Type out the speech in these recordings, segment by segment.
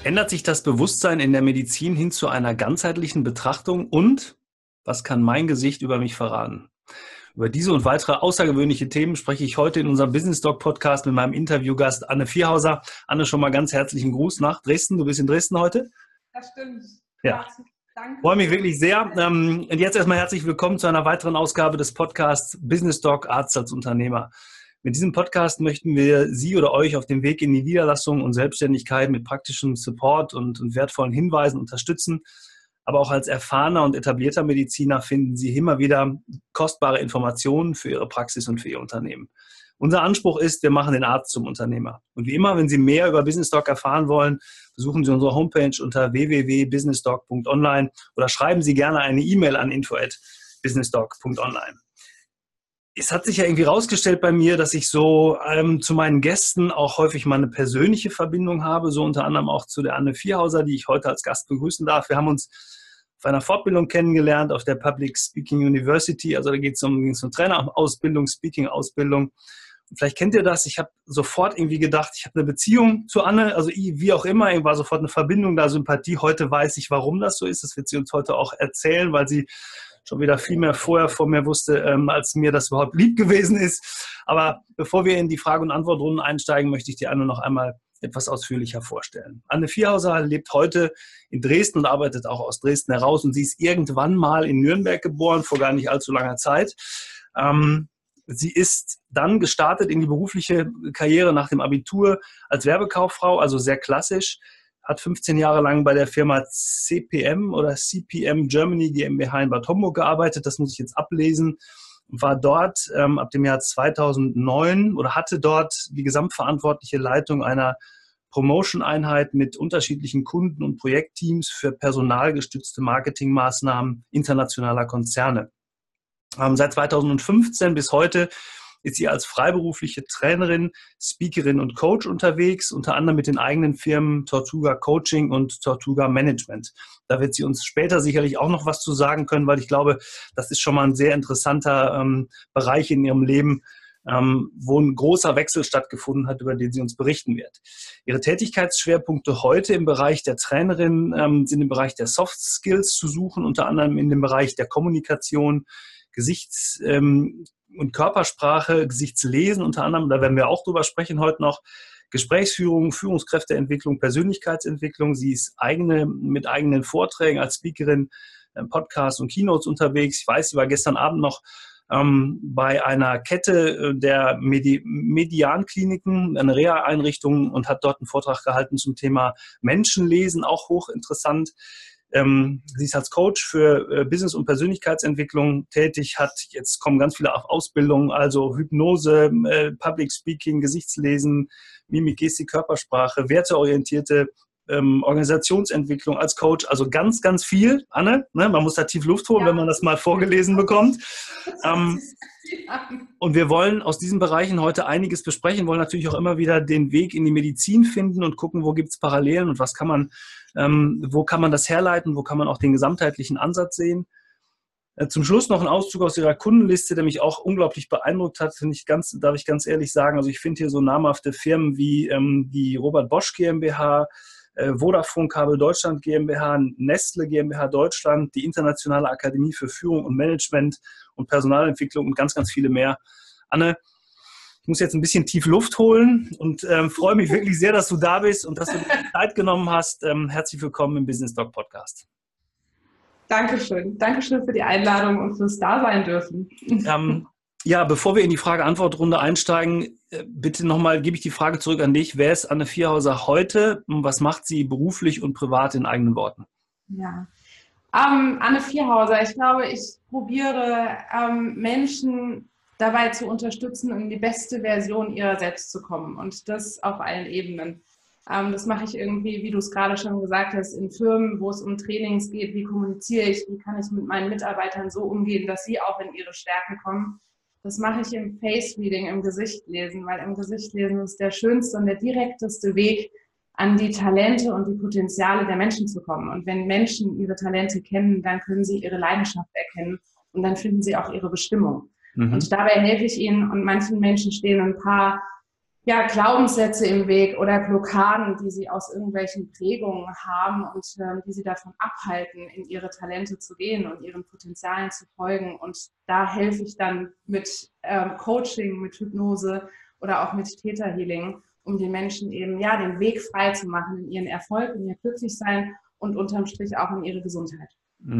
Ändert sich das Bewusstsein in der Medizin hin zu einer ganzheitlichen Betrachtung und was kann mein Gesicht über mich verraten? Über diese und weitere außergewöhnliche Themen spreche ich heute in unserem Business Doc Podcast mit meinem Interviewgast Anne Vierhauser. Anne, schon mal ganz herzlichen Gruß nach Dresden. Du bist in Dresden heute? Das stimmt. Ja. Danke. Freue mich wirklich sehr. Und jetzt erstmal herzlich willkommen zu einer weiteren Ausgabe des Podcasts Business Doc Arzt als Unternehmer. Mit diesem Podcast möchten wir Sie oder euch auf dem Weg in die Niederlassung und Selbstständigkeit mit praktischem Support und wertvollen Hinweisen unterstützen. Aber auch als erfahrener und etablierter Mediziner finden Sie immer wieder kostbare Informationen für Ihre Praxis und für Ihr Unternehmen. Unser Anspruch ist, wir machen den Arzt zum Unternehmer. Und wie immer, wenn Sie mehr über Business Doc erfahren wollen, besuchen Sie unsere Homepage unter www.businessdoc.online oder schreiben Sie gerne eine E-Mail an info@businessdoc.online. Es hat sich ja irgendwie rausgestellt bei mir, dass ich so zu meinen Gästen auch häufig mal eine persönliche Verbindung habe, so unter anderem auch zu der Anne Vierhauser, die ich heute als Gast begrüßen darf. Wir haben uns auf einer Fortbildung kennengelernt, auf der Public Speaking University. Also da geht es um Trainerausbildung, Speaking-Ausbildung. Vielleicht kennt ihr das. Ich habe sofort irgendwie gedacht, ich habe eine Beziehung zu Anne, also wie auch immer, war sofort eine Verbindung da, Sympathie. Heute weiß ich, warum das so ist. Das wird sie uns heute auch erzählen, weil sie schon wieder viel mehr vorher vor mir wusste, als mir das überhaupt lieb gewesen ist. Aber bevor wir in die Frage- und Antwortrunden einsteigen, möchte ich die Anne noch einmal etwas ausführlicher vorstellen. Anne Vierhauser lebt heute in Dresden und arbeitet auch aus Dresden heraus. Und sie ist irgendwann mal in Nürnberg geboren, vor gar nicht allzu langer Zeit. Sie ist dann gestartet in die berufliche Karriere nach dem Abitur als Werbekauffrau, also sehr klassisch, hat 15 Jahre lang bei der Firma CPM oder CPM Germany GmbH in Bad Homburg gearbeitet. Das muss ich jetzt ablesen. War dort ab dem Jahr 2009 oder hatte dort die gesamtverantwortliche Leitung einer Promotion-Einheit mit unterschiedlichen Kunden- und Projektteams für personalgestützte Marketingmaßnahmen internationaler Konzerne. Seit 2015 bis heute ist sie als freiberufliche Trainerin, Speakerin und Coach unterwegs, unter anderem mit den eigenen Firmen Tortuga Coaching und Tortuga Management. Da wird sie uns später sicherlich auch noch was zu sagen können, weil ich glaube, das ist schon mal ein sehr interessanter Bereich in ihrem Leben, wo ein großer Wechsel stattgefunden hat, über den sie uns berichten wird. Ihre Tätigkeitsschwerpunkte heute im Bereich der Trainerin sind im Bereich der Soft Skills zu suchen, unter anderem in dem Bereich der Kommunikation, Gesichts- und Körpersprache, Gesichtslesen unter anderem, da werden wir auch drüber sprechen heute noch, Gesprächsführung, Führungskräfteentwicklung, Persönlichkeitsentwicklung. Sie ist mit eigenen Vorträgen als Speakerin, Podcasts und Keynotes unterwegs. Ich weiß, sie war gestern Abend noch bei einer Kette der Median-Kliniken, eine Reha-Einrichtung, und hat dort einen Vortrag gehalten zum Thema Menschenlesen, auch hochinteressant. Sie ist als Coach für Business- und Persönlichkeitsentwicklung tätig, jetzt kommen ganz viele Ausbildungen, also Hypnose, Public Speaking, Gesichtslesen, Mimik, Gestik, Körpersprache, werteorientierte Organisationsentwicklung als Coach, also ganz, ganz viel, Anne, ne? Man muss da tief Luft holen, wenn man das mal vorgelesen bekommt. Und wir wollen aus diesen Bereichen heute einiges besprechen, wollen natürlich auch immer wieder den Weg in die Medizin finden und gucken, wo gibt es Parallelen und wo kann man das herleiten, wo kann man auch den gesamtheitlichen Ansatz sehen. Zum Schluss noch ein Auszug aus Ihrer Kundenliste, der mich auch unglaublich beeindruckt hat, darf ich ganz ehrlich sagen. Also ich finde hier so namhafte Firmen wie die Robert Bosch GmbH, Vodafone Kabel Deutschland GmbH, Nestle GmbH Deutschland, die Internationale Akademie für Führung und Management und Personalentwicklung und ganz, ganz viele mehr. Anne, ich muss jetzt ein bisschen tief Luft holen und freue mich wirklich sehr, dass du da bist und dass du dir die Zeit genommen hast. Herzlich willkommen im Business Doc Podcast. Dankeschön. Dankeschön für die Einladung und fürs Dasein dürfen. Ja, bevor wir in die Frage-Antwort-Runde einsteigen, bitte nochmal gebe ich die Frage zurück an dich. Wer ist Anne Vierhauser heute und was macht sie beruflich und privat in eigenen Worten? Ja, Anne Vierhauser, ich glaube, ich probiere Menschen dabei zu unterstützen, in die beste Version ihrer selbst zu kommen und das auf allen Ebenen. Das mache ich irgendwie, wie du es gerade schon gesagt hast, in Firmen, wo es um Trainings geht. Wie kommuniziere ich? Wie kann ich mit meinen Mitarbeitern so umgehen, dass sie auch in ihre Stärken kommen? Das mache ich im Face-Reading, im Gesichtlesen, weil im Gesichtlesen ist der schönste und der direkteste Weg, an die Talente und die Potenziale der Menschen zu kommen. Und wenn Menschen ihre Talente kennen, dann können sie ihre Leidenschaft erkennen und dann finden sie auch ihre Bestimmung. Und dabei helfe ich ihnen und manchen Menschen stehen ein paar ja, Glaubenssätze im Weg oder Blockaden, die sie aus irgendwelchen Prägungen haben und die sie davon abhalten, in ihre Talente zu gehen und ihren Potenzialen zu folgen. Und da helfe ich dann mit Coaching, mit Hypnose oder auch mit Theta Healing, um den Menschen eben ja den Weg frei zu machen in ihren Erfolg, in ihr Glücklichsein und unterm Strich auch in ihre Gesundheit.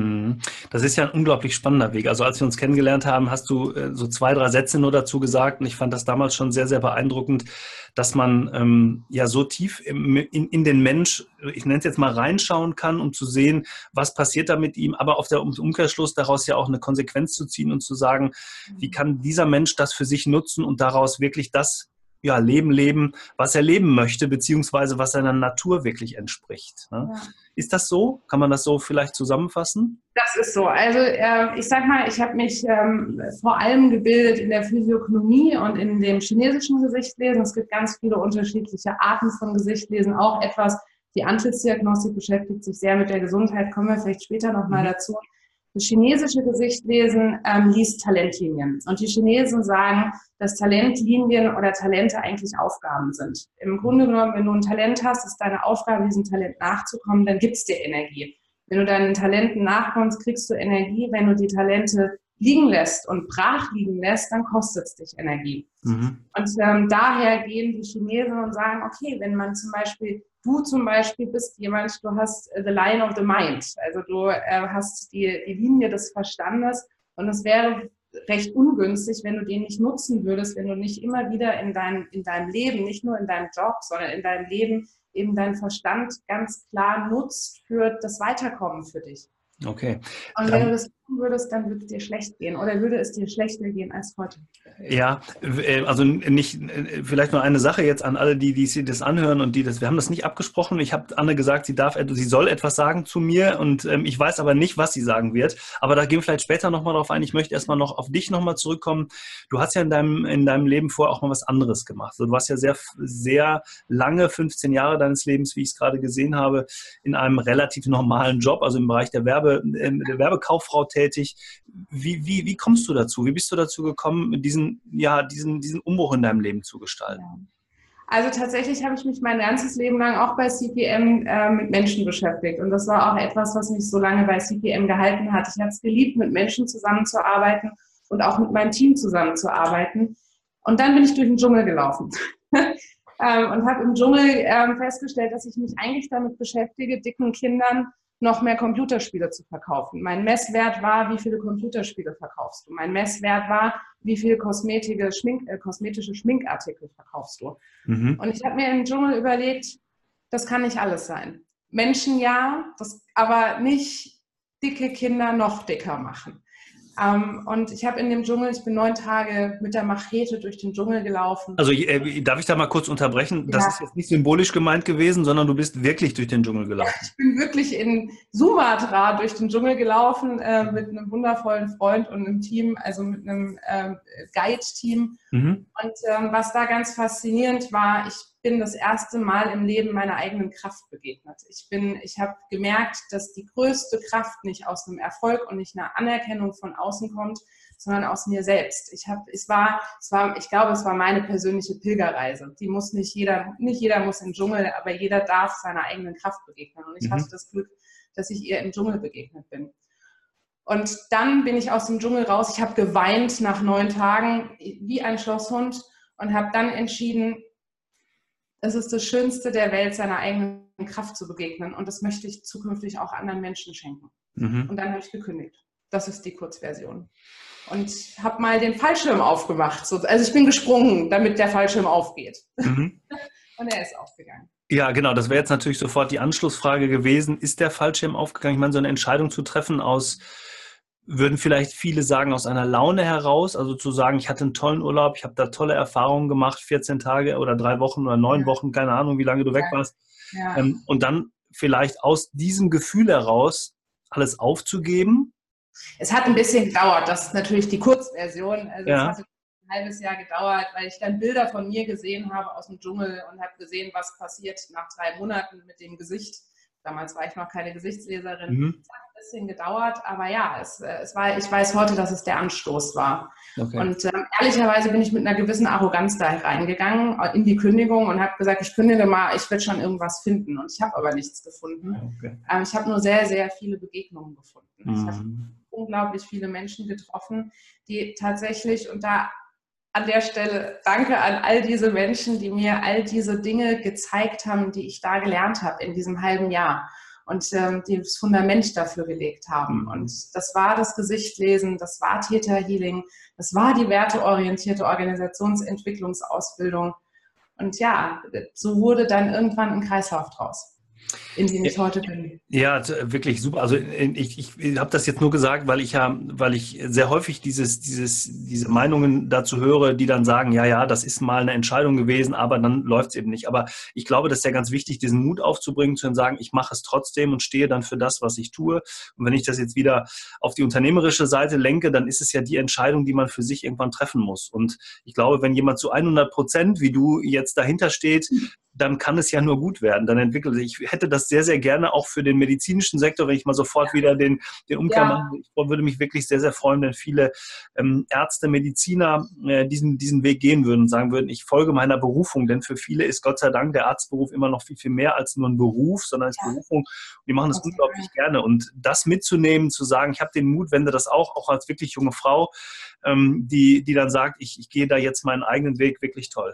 Das ist ja ein unglaublich spannender Weg. Also als wir uns kennengelernt haben, hast du so 2, 3 Sätze nur dazu gesagt. Und ich fand das damals schon sehr, sehr beeindruckend, dass man ja so tief in den Mensch, ich nenne es jetzt mal, reinschauen kann, um zu sehen, was passiert da mit ihm, aber auf der Umkehrschluss daraus ja auch eine Konsequenz zu ziehen und zu sagen, wie kann dieser Mensch das für sich nutzen und daraus wirklich das leben, was er leben möchte, beziehungsweise was seiner Natur wirklich entspricht. Ne? Ja. Ist das so? Kann man das so vielleicht zusammenfassen? Das ist so. Also ich sag mal, ich habe mich vor allem gebildet in der Physiognomie und in dem chinesischen Gesichtslesen. Es gibt ganz viele unterschiedliche Arten von Gesichtslesen. Auch etwas, die Antlitzdiagnostik beschäftigt sich sehr mit der Gesundheit. Kommen wir vielleicht später nochmal dazu. Das chinesische Gesichtslesen liest Talentlinien. Und die Chinesen sagen, dass Talentlinien oder Talente eigentlich Aufgaben sind. Im Grunde genommen, wenn du ein Talent hast, ist deine Aufgabe, diesem Talent nachzukommen, dann gibt es dir Energie. Wenn du deinen Talenten nachkommst, kriegst du Energie. Wenn du die Talente liegen lässt und brach liegen lässt, dann kostet es dich Energie. Und daher gehen die Chinesen und sagen, okay, wenn man zum Beispiel, du zum Beispiel bist jemand, du hast the line of the mind, also du hast die Linie des Verstandes und es wäre recht ungünstig, wenn du den nicht nutzen würdest, wenn du nicht immer wieder in deinem Leben, nicht nur in deinem Job, sondern in deinem Leben eben deinen Verstand ganz klar nutzt für das Weiterkommen für dich. Okay. Und wenn du das tun würdest, dann würde es dir schlecht gehen oder würde es dir schlechter gehen als heute. Ja, also nicht, vielleicht nur eine Sache jetzt an alle, die sich das anhören und wir haben das nicht abgesprochen. Ich habe Anne gesagt, sie soll etwas sagen zu mir und ich weiß aber nicht, was sie sagen wird. Aber da gehen wir vielleicht später nochmal drauf ein. Ich möchte erstmal noch auf dich nochmal zurückkommen. Du hast ja in deinem Leben vorher auch mal was anderes gemacht. Also du warst ja sehr, sehr lange, 15 Jahre deines Lebens, wie ich es gerade gesehen habe, in einem relativ normalen Job, also im Bereich der Werbekauffrau tätig. Wie kommst du dazu? Wie bist du dazu gekommen, diesen Umbruch in deinem Leben zu gestalten? Ja. Also tatsächlich habe ich mich mein ganzes Leben lang auch bei CPM mit Menschen beschäftigt. Und das war auch etwas, was mich so lange bei CPM gehalten hat. Ich habe es geliebt, mit Menschen zusammenzuarbeiten und auch mit meinem Team zusammenzuarbeiten. Und dann bin ich durch den Dschungel gelaufen und habe im Dschungel festgestellt, dass ich mich eigentlich damit beschäftige, dicken Kindern noch mehr Computerspiele zu verkaufen. Mein Messwert war, wie viele Computerspiele verkaufst du? Mein Messwert war, wie viele kosmetische Schminkartikel verkaufst du? Und ich habe mir im Dschungel überlegt, das kann nicht alles sein. Menschen ja, aber nicht dicke Kinder noch dicker machen. Und ich habe in dem Dschungel, ich bin 9 Tage mit der Machete durch den Dschungel gelaufen. Also darf ich da mal kurz unterbrechen? Das ist jetzt nicht symbolisch gemeint gewesen, sondern du bist wirklich durch den Dschungel gelaufen. Ich bin wirklich in Sumatra durch den Dschungel gelaufen mit einem wundervollen Freund und einem Team, also mit einem Guide-Team. Und was da ganz faszinierend war, ich bin das erste Mal im Leben meiner eigenen Kraft begegnet. Ich habe gemerkt, dass die größte Kraft nicht aus einem Erfolg und nicht einer Anerkennung von außen kommt, sondern aus mir selbst. Ich glaube, es war meine persönliche Pilgerreise. Die muss nicht jeder muss in den Dschungel, aber jeder darf seiner eigenen Kraft begegnen. Und ich hatte das Glück, dass ich ihr im Dschungel begegnet bin. Und dann bin ich aus dem Dschungel raus. Ich habe geweint nach 9 Tagen wie ein Schlosshund und habe dann entschieden, es ist das Schönste der Welt, seiner eigenen Kraft zu begegnen. Und das möchte ich zukünftig auch anderen Menschen schenken. Und dann habe ich gekündigt. Das ist die Kurzversion. Und habe mal den Fallschirm aufgemacht. Also ich bin gesprungen, damit der Fallschirm aufgeht. Und er ist aufgegangen. Ja, genau. Das wäre jetzt natürlich sofort die Anschlussfrage gewesen. Ist der Fallschirm aufgegangen? Ich meine, so eine Entscheidung zu treffen würden vielleicht viele sagen, aus einer Laune heraus, also zu sagen, ich hatte einen tollen Urlaub, ich habe da tolle Erfahrungen gemacht, 14 Tage oder 3 Wochen oder 9 Wochen, keine Ahnung, wie lange du weg warst. Ja. Und dann vielleicht aus diesem Gefühl heraus alles aufzugeben. Es hat ein bisschen gedauert, das ist natürlich die Kurzversion. Also es hat ein halbes Jahr gedauert, weil ich dann Bilder von mir gesehen habe aus dem Dschungel und habe gesehen, was passiert nach 3 Monaten mit dem Gesicht. Damals war ich noch keine Gesichtsleserin. Mhm. Es hat ein bisschen gedauert, aber ja, ich weiß heute, dass es der Anstoß war. Okay. Und ehrlicherweise bin ich mit einer gewissen Arroganz da reingegangen in die Kündigung und habe gesagt, ich kündige mal, ich werde schon irgendwas finden. Und ich habe aber nichts gefunden. Okay. Ich habe nur sehr, sehr viele Begegnungen gefunden. Mhm. Ich habe unglaublich viele Menschen getroffen, die tatsächlich, und da an der Stelle danke an all diese Menschen, die mir all diese Dinge gezeigt haben, die ich da gelernt habe in diesem halben Jahr und die das Fundament dafür gelegt haben. Mhm. Und das war das Gesichtlesen, das war Theta Healing, das war die werteorientierte Organisationsentwicklungsausbildung. Und ja, so wurde dann irgendwann ein Kreislauf draus, in dem ich heute bin. Ja, wirklich super. Also ich habe das jetzt nur gesagt, weil ich sehr häufig diese Meinungen dazu höre, die dann sagen, ja, das ist mal eine Entscheidung gewesen, aber dann läuft es eben nicht. Aber ich glaube, das ist ja ganz wichtig, diesen Mut aufzubringen, zu sagen, ich mache es trotzdem und stehe dann für das, was ich tue. Und wenn ich das jetzt wieder auf die unternehmerische Seite lenke, dann ist es ja die Entscheidung, die man für sich irgendwann treffen muss. Und ich glaube, wenn jemand zu 100%, wie du jetzt dahinter steht, dann kann es ja nur gut werden. Dann entwickelt sich. Ich hätte das sehr, sehr gerne auch für den medizinischen Sektor, wenn ich mal sofort wieder den Umkehr mache. Ich würde mich wirklich sehr, sehr freuen, wenn viele Ärzte, Mediziner diesen Weg gehen würden und sagen würden, ich folge meiner Berufung. Denn für viele ist Gott sei Dank der Arztberuf immer noch viel, viel mehr als nur ein Beruf, sondern als Berufung. Und die machen das unglaublich gerne. Und das mitzunehmen, zu sagen, ich habe den Mut, wende das auch als wirklich junge Frau, die dann sagt, ich gehe da jetzt meinen eigenen Weg, wirklich toll.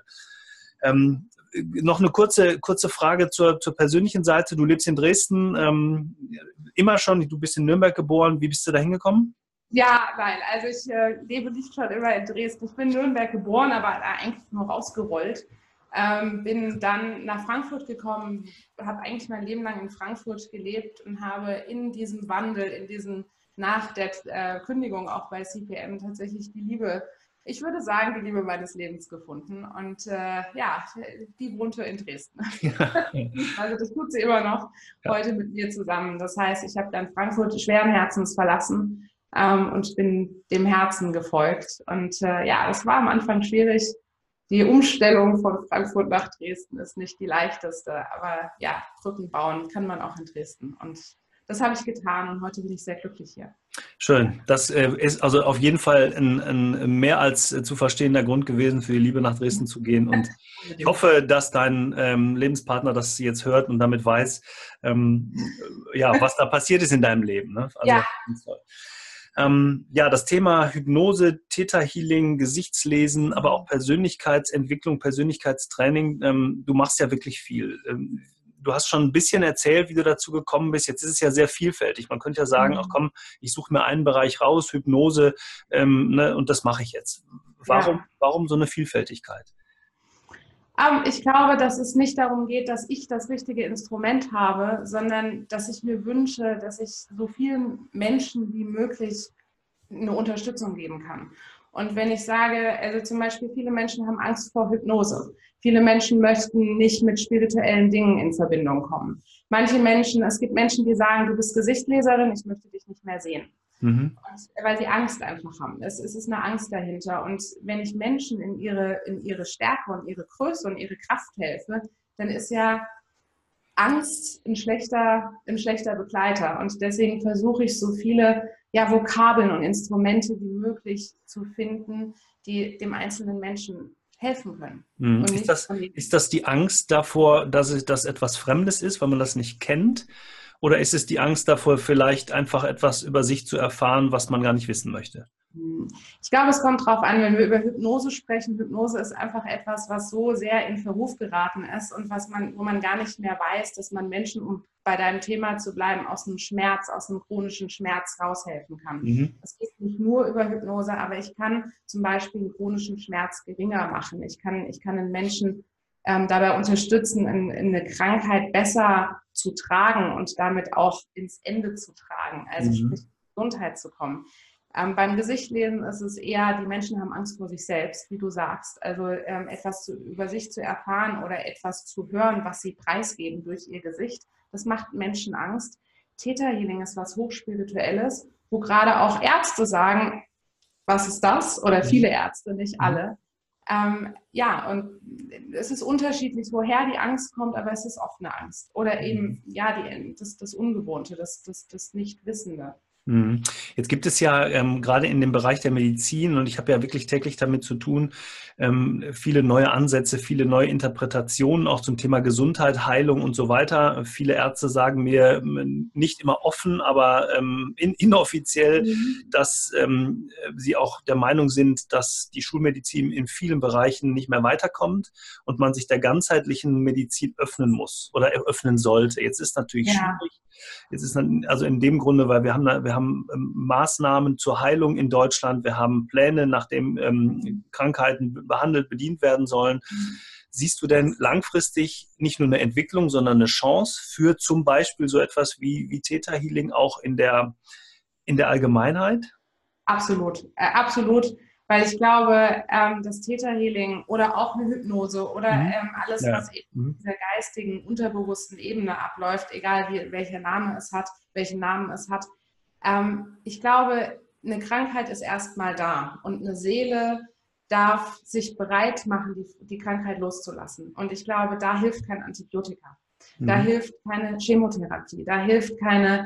Noch eine kurze Frage zur persönlichen Seite. Du lebst in Dresden, immer schon, du bist in Nürnberg geboren. Wie bist du da hingekommen? Ja, nein, also ich lebe nicht schon immer in Dresden. Ich bin in Nürnberg geboren, aber eigentlich nur rausgerollt. Bin dann nach Frankfurt gekommen, habe eigentlich mein Leben lang in Frankfurt gelebt und habe in diesem Wandel, nach der Kündigung auch bei CPM tatsächlich die Liebe, ich würde sagen, die Liebe meines Lebens gefunden. Und die wohnte in Dresden. Ja. Also das tut sie immer noch heute mit mir zusammen. Das heißt, ich habe dann Frankfurt schweren Herzens verlassen und bin dem Herzen gefolgt. Und das war am Anfang schwierig. Die Umstellung von Frankfurt nach Dresden ist nicht die leichteste. Aber ja, Brücken bauen kann man auch in Dresden. Und das habe ich getan und heute bin ich sehr glücklich hier. Schön. Das ist also auf jeden Fall ein mehr als zu verstehender Grund gewesen, für die Liebe nach Dresden zu gehen. Und ich hoffe, dass dein Lebenspartner das jetzt hört und damit weiß, was da passiert ist in deinem Leben. Ne? Also, ja. Das Thema Hypnose, Theta Healing, Gesichtslesen, aber auch Persönlichkeitsentwicklung, Persönlichkeitstraining. Du machst ja wirklich viel. Du hast schon ein bisschen erzählt, wie du dazu gekommen bist. Jetzt ist es ja sehr vielfältig. Man könnte ja sagen, ach komm, ich suche mir einen Bereich raus, Hypnose, und das mache ich jetzt. Warum so eine Vielfältigkeit? Ich glaube, dass es nicht darum geht, dass ich das richtige Instrument habe, sondern dass ich mir wünsche, dass ich so vielen Menschen wie möglich eine Unterstützung geben kann. Und wenn ich sage, also zum Beispiel viele Menschen haben Angst vor Hypnose. Viele Menschen möchten nicht mit spirituellen Dingen in Verbindung kommen. Es gibt Menschen, die sagen, du bist Gesichtleserin, ich möchte dich nicht mehr sehen. Und, weil sie Angst einfach haben. Es ist eine Angst dahinter. Und wenn ich Menschen in ihre Stärke und ihre Größe und ihre Kraft helfe, dann ist ja Angst ein schlechter Begleiter. Und deswegen versuche ich so viele Vokabeln und Instrumente wie möglich zu finden, die dem einzelnen Menschen helfen können. Ist das die Angst davor, dass das etwas Fremdes ist, weil man das nicht kennt? Oder ist es die Angst davor, vielleicht einfach etwas über sich zu erfahren, was man gar nicht wissen möchte? Ich glaube, es kommt darauf an, wenn wir über Hypnose sprechen. Hypnose ist einfach etwas, was so sehr in Verruf geraten ist und wo man gar nicht mehr weiß, dass man Menschen, um bei deinem Thema zu bleiben, aus einem chronischen Schmerz raushelfen kann. Das geht nicht nur über Hypnose, aber ich kann zum Beispiel einen chronischen Schmerz geringer machen. Ich kann einen Menschen dabei unterstützen, eine Krankheit besser zu tragen und damit auch ins Ende zu tragen, also sprich Gesundheit zu kommen. Beim Gesichtlesen ist es eher, die Menschen haben Angst vor sich selbst, wie du sagst. Also etwas über sich zu erfahren oder etwas zu hören, was sie preisgeben durch ihr Gesicht, das macht Menschen Angst. Theta Healing ist was Hochspirituelles, wo gerade auch Ärzte sagen, was ist das? Oder viele Ärzte, nicht alle. Ja, und es ist unterschiedlich, woher die Angst kommt, aber es ist oft eine Angst. Oder eben, ja, das Ungewohnte, das Nichtwissende. Jetzt gibt es ja gerade in dem Bereich der Medizin, und ich habe ja wirklich täglich damit zu tun, viele neue Ansätze, viele neue Interpretationen auch zum Thema Gesundheit, Heilung und so weiter. Viele Ärzte sagen mir nicht immer offen, aber inoffiziell, dass sie auch der Meinung sind, dass die Schulmedizin in vielen Bereichen nicht mehr weiterkommt und man sich der ganzheitlichen Medizin öffnen muss oder öffnen sollte. Jetzt ist natürlich Ja, schwierig. Jetzt ist also in dem Grunde, weil wir haben Maßnahmen zur Heilung in Deutschland, wir haben Pläne, nachdem Krankheiten behandelt, bedient werden sollen. Siehst du denn langfristig nicht nur eine Entwicklung, sondern eine Chance für zum Beispiel so etwas wie Theta Healing auch in der Allgemeinheit? absolut, absolut. Weil ich glaube, das Theta Healing oder auch eine Hypnose oder Mhm. alles, Ja. was eben in dieser geistigen, unterbewussten Ebene abläuft, egal welcher Name es hat, welchen Namen es hat. Ich glaube, eine Krankheit ist erstmal da und eine Seele darf sich bereit machen, die Krankheit loszulassen. Und ich glaube, da hilft kein Antibiotika. Da hilft keine Chemotherapie. Da hilft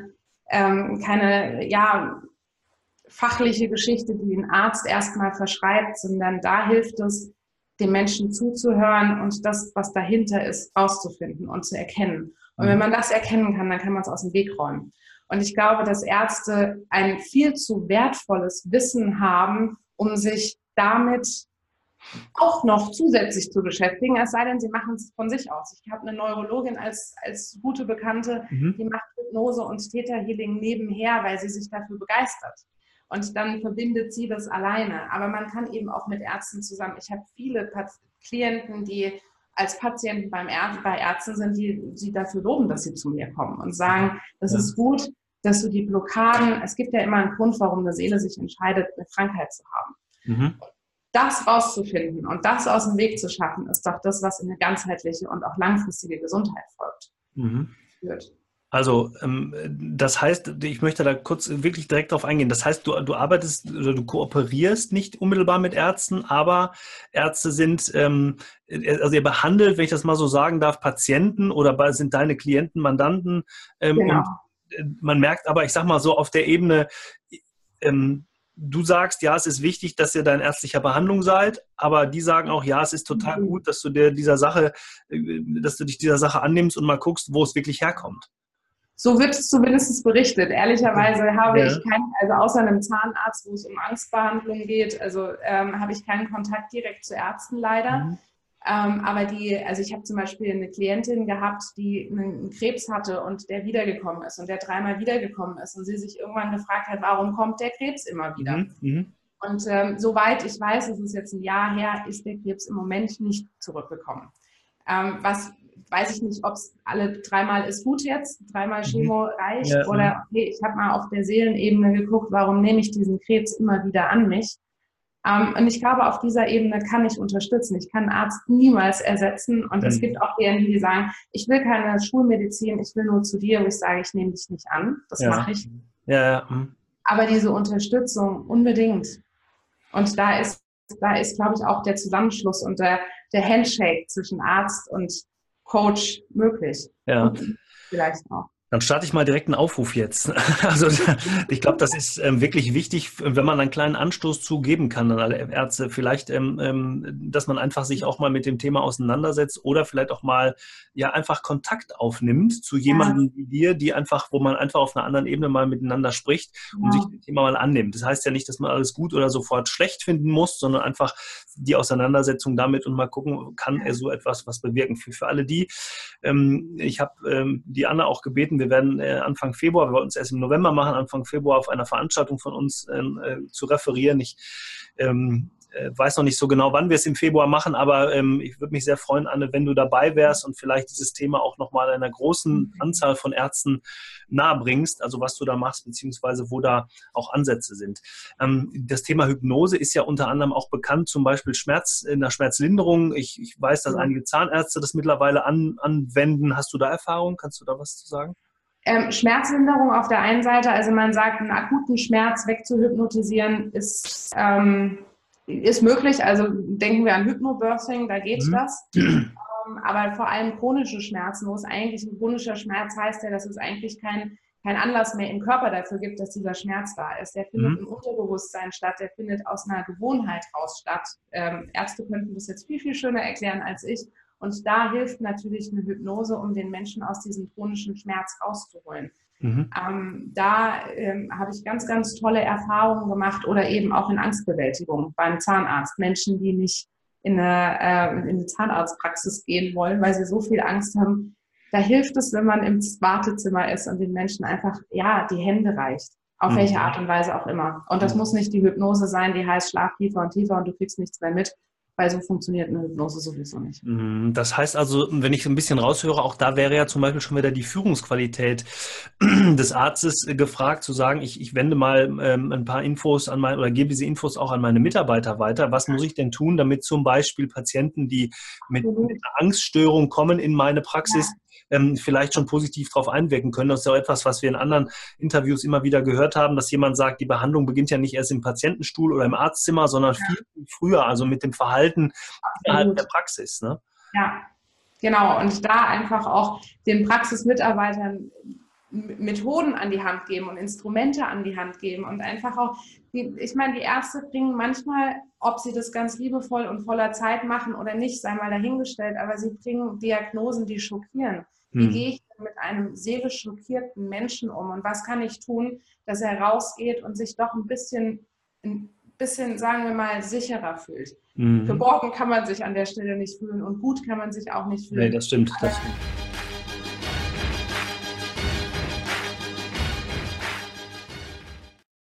keine ja, fachliche Geschichte, die ein Arzt erstmal verschreibt, sondern da hilft es, dem Menschen zuzuhören und das, was dahinter ist, rauszufinden und zu erkennen. Und wenn man das erkennen kann, dann kann man es aus dem Weg räumen. Und ich glaube, dass Ärzte ein viel zu wertvolles Wissen haben, um sich damit auch noch zusätzlich zu beschäftigen, es sei denn, sie machen es von sich aus. Ich habe eine Neurologin als gute Bekannte, die macht Hypnose und Theta Healing nebenher, weil sie sich dafür begeistert. Und dann verbindet sie das alleine. Aber man kann eben auch mit Ärzten zusammen. Ich habe viele Klienten, die als Patienten bei Ärzten sind, die dafür loben, dass sie zu mir kommen und sagen, das ist gut, dass du die Blockaden, es gibt ja immer einen Grund, warum eine Seele sich entscheidet, eine Krankheit zu haben. Das rauszufinden und das aus dem Weg zu schaffen, ist doch das, was in eine ganzheitliche und auch langfristige Gesundheit führt. Also, das heißt, ich möchte da kurz wirklich direkt drauf eingehen. Das heißt, du arbeitest oder du kooperierst nicht unmittelbar mit Ärzten, aber Ärzte sind, also ihr behandelt, wenn ich das mal so sagen darf, Patienten oder sind deine Klienten, Mandanten. Genau. Und man merkt aber, ich sag mal so auf der Ebene, du sagst, ja, es ist wichtig, dass ihr da in ärztlicher Behandlung seid, aber die sagen auch, ja, es ist total gut, dass du dich dieser Sache annimmst und mal guckst, wo es wirklich herkommt. So wird es zumindest berichtet. Ehrlicherweise habe ich also außer einem Zahnarzt, wo es um Angstbehandlung geht, also habe ich keinen Kontakt direkt zu Ärzten leider. Aber also ich habe zum Beispiel eine Klientin gehabt, die einen Krebs hatte und der wiedergekommen ist und der 3-mal wiedergekommen ist und sie sich irgendwann gefragt hat, warum kommt der Krebs immer wieder? Und soweit ich weiß, es ist jetzt ein Jahr her, ist der Krebs im Moment nicht zurückgekommen. Was weiß ich nicht, ob es alle 3-mal ist gut jetzt, 3-mal Chemo reicht oder okay, ich habe mal auf der Seelenebene geguckt, warum nehme ich diesen Krebs immer wieder an mich? Und ich glaube, auf dieser Ebene kann ich unterstützen. Ich kann einen Arzt niemals ersetzen. Und es gibt auch Klienten, die sagen, ich will keine Schulmedizin, ich will nur zu dir, wo ich sage, ich nehme dich nicht an. Das mache ich. Aber diese Unterstützung unbedingt. Und da ist, glaube ich, auch der Zusammenschluss und der Handshake zwischen Arzt und Coach möglich. Ja. Und vielleicht auch. Dann starte ich mal direkt einen Aufruf jetzt. Also ich glaube, das ist wirklich wichtig, wenn man einen kleinen Anstoß zugeben kann an alle Ärzte. Vielleicht, dass man einfach sich auch mal mit dem Thema auseinandersetzt oder vielleicht auch mal ja einfach Kontakt aufnimmt zu jemandem wie dir, wo man einfach auf einer anderen Ebene mal miteinander spricht und sich das Thema mal annimmt. Das heißt ja nicht, dass man alles gut oder sofort schlecht finden muss, sondern einfach die Auseinandersetzung damit und mal gucken, kann er so etwas was bewirken. Für alle die, ich habe die Anna auch gebeten, wir werden Anfang Februar, wir wollten es erst im November machen, Anfang Februar auf einer Veranstaltung von uns zu referieren. Ich weiß noch nicht so genau, wann wir es im Februar machen, aber ich würde mich sehr freuen, Anne, wenn du dabei wärst und vielleicht dieses Thema auch nochmal einer großen Anzahl von Ärzten nahebringst, also was du da machst, beziehungsweise wo da auch Ansätze sind. Das Thema Hypnose ist ja unter anderem auch bekannt, zum Beispiel in der Schmerzlinderung. Ich weiß, dass einige Zahnärzte das mittlerweile anwenden. Hast du da Erfahrung? Kannst du da was zu sagen? Schmerzlinderung auf der einen Seite, also man sagt, einen akuten Schmerz wegzuhypnotisieren, ist Ist möglich, also denken wir an Hypnobirthing, da geht Mhm. das. Aber vor allem chronische Schmerzen, wo es eigentlich ein chronischer Schmerz heißt ja, dass es eigentlich kein Anlass mehr im Körper dafür gibt, dass dieser Schmerz da ist. Der findet Mhm. im Unterbewusstsein statt, der findet aus einer Gewohnheit raus statt. Ärzte könnten das jetzt viel, viel schöner erklären als ich. Und da hilft natürlich eine Hypnose, um den Menschen aus diesem chronischen Schmerz rauszuholen. Mhm. Da habe ich ganz, ganz tolle Erfahrungen gemacht oder eben auch in Angstbewältigung beim Zahnarzt. Menschen, die nicht in eine Zahnarztpraxis gehen wollen, weil sie so viel Angst haben. Da hilft es, wenn man im Wartezimmer ist und den Menschen einfach, ja, die Hände reicht. Auf welche Art und Weise auch immer. Und das muss nicht die Hypnose sein, die heißt, schlaf tiefer und tiefer und du kriegst nichts mehr mit, weil so funktioniert eine Hypnose sowieso nicht. Das heißt also, wenn ich so ein bisschen raushöre, auch da wäre ja zum Beispiel schon wieder die Führungsqualität des Arztes gefragt, zu sagen, ich wende mal ein paar Infos an meine oder gebe diese Infos auch an meine Mitarbeiter weiter. Was muss ich denn tun, damit zum Beispiel Patienten, die mit Absolut. einer Angststörung kommen in meine Praxis, Ja. vielleicht schon positiv darauf einwirken können? Das ist ja auch etwas, was wir in anderen Interviews immer wieder gehört haben, dass jemand sagt, die Behandlung beginnt ja nicht erst im Patientenstuhl oder im Arztzimmer, sondern viel früher, also mit dem Verhalten innerhalb der Absolut. Praxis, ne? Ja, genau. Und da einfach auch den Praxismitarbeitern Methoden an die Hand geben und Instrumente an die Hand geben und einfach auch, ich meine, die Ärzte bringen manchmal, ob sie das ganz liebevoll und voller Zeit machen oder nicht, sei mal dahingestellt, aber sie bringen Diagnosen, die schockieren. Wie Hm. gehe ich denn mit einem seelisch schockierten Menschen um und was kann ich tun, dass er rausgeht und sich doch ein bisschen, sagen wir mal, sicherer fühlt. Mhm. Geborgen kann man sich an der Stelle nicht fühlen und gut kann man sich auch nicht Nee, fühlen. das stimmt, das stimmt.